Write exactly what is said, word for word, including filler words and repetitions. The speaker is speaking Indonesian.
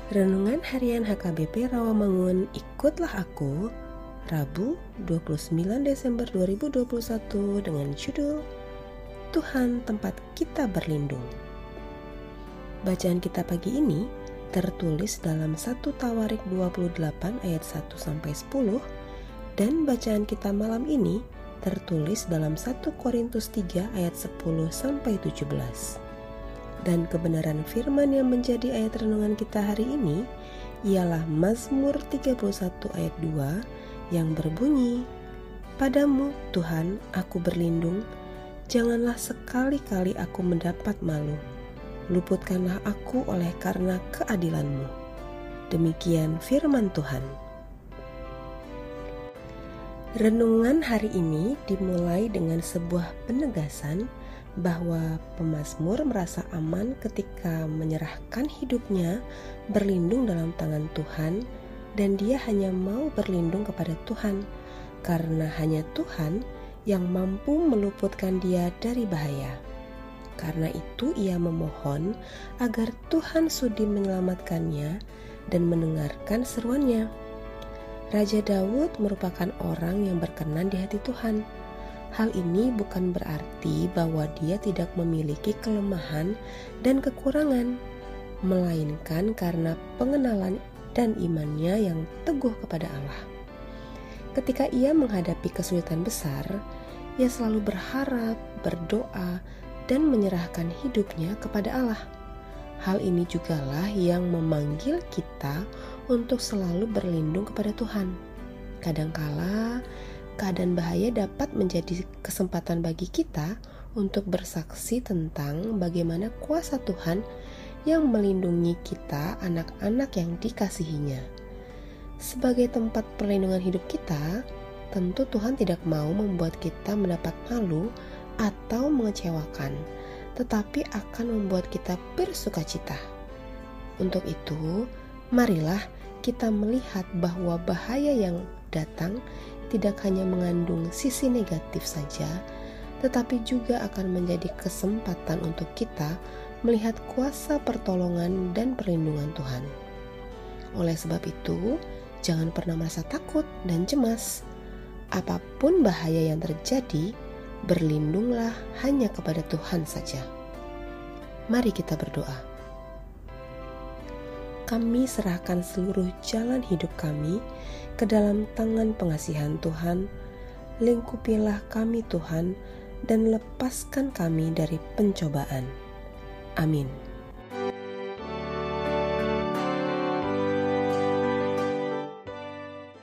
Renungan Harian H K B P Rawamangun, ikutlah aku, Rabu dua puluh sembilan Desember dua ribu dua puluh satu dengan judul Tuhan tempat kita berlindung. Bacaan kita pagi ini tertulis dalam satu Tawarik dua puluh delapan ayat satu sampai sepuluh dan bacaan kita malam ini tertulis dalam satu Korintus tiga ayat sepuluh sampai tujuh belas. Dan kebenaran firman yang menjadi ayat renungan kita hari ini ialah Mazmur tiga puluh satu ayat dua yang berbunyi, "Padamu Tuhan aku berlindung, janganlah sekali-kali aku mendapat malu. Luputkanlah aku oleh karena keadilan-Mu." Demikian firman Tuhan. Renungan hari ini dimulai dengan sebuah penegasan bahwa pemazmur merasa aman ketika menyerahkan hidupnya berlindung dalam tangan Tuhan, dan dia hanya mau berlindung kepada Tuhan karena hanya Tuhan yang mampu meluputkan dia dari bahaya. Karena itu ia memohon agar Tuhan sudi menyelamatkannya dan mendengarkan seruannya. Raja Daud merupakan orang yang berkenan di hati Tuhan. Hal ini bukan berarti bahwa dia tidak memiliki kelemahan dan kekurangan, melainkan karena pengenalan dan imannya yang teguh kepada Allah. Ketika ia menghadapi kesulitan besar, ia selalu berharap, berdoa, dan menyerahkan hidupnya kepada Allah. Hal ini jugalah yang memanggil kita untuk selalu berlindung kepada Tuhan. Kadangkala keadaan bahaya dapat menjadi kesempatan bagi kita untuk bersaksi tentang bagaimana kuasa Tuhan yang melindungi kita, anak-anak yang dikasihinya. Sebagai tempat perlindungan hidup kita, tentu Tuhan tidak mau membuat kita mendapat malu atau mengecewakan, tetapi akan membuat kita bersukacita. Untuk itu, marilah kita melihat bahwa bahaya yang datang tidak hanya mengandung sisi negatif saja, tetapi juga akan menjadi kesempatan untuk kita melihat kuasa pertolongan dan perlindungan Tuhan. Oleh sebab itu, jangan pernah merasa takut dan cemas. Apapun bahaya yang terjadi, berlindunglah hanya kepada Tuhan saja. Mari kita berdoa. Kami serahkan seluruh jalan hidup kami ke dalam tangan pengasihan Tuhan. Lingkupilah kami Tuhan, dan lepaskan kami dari pencobaan. Amin.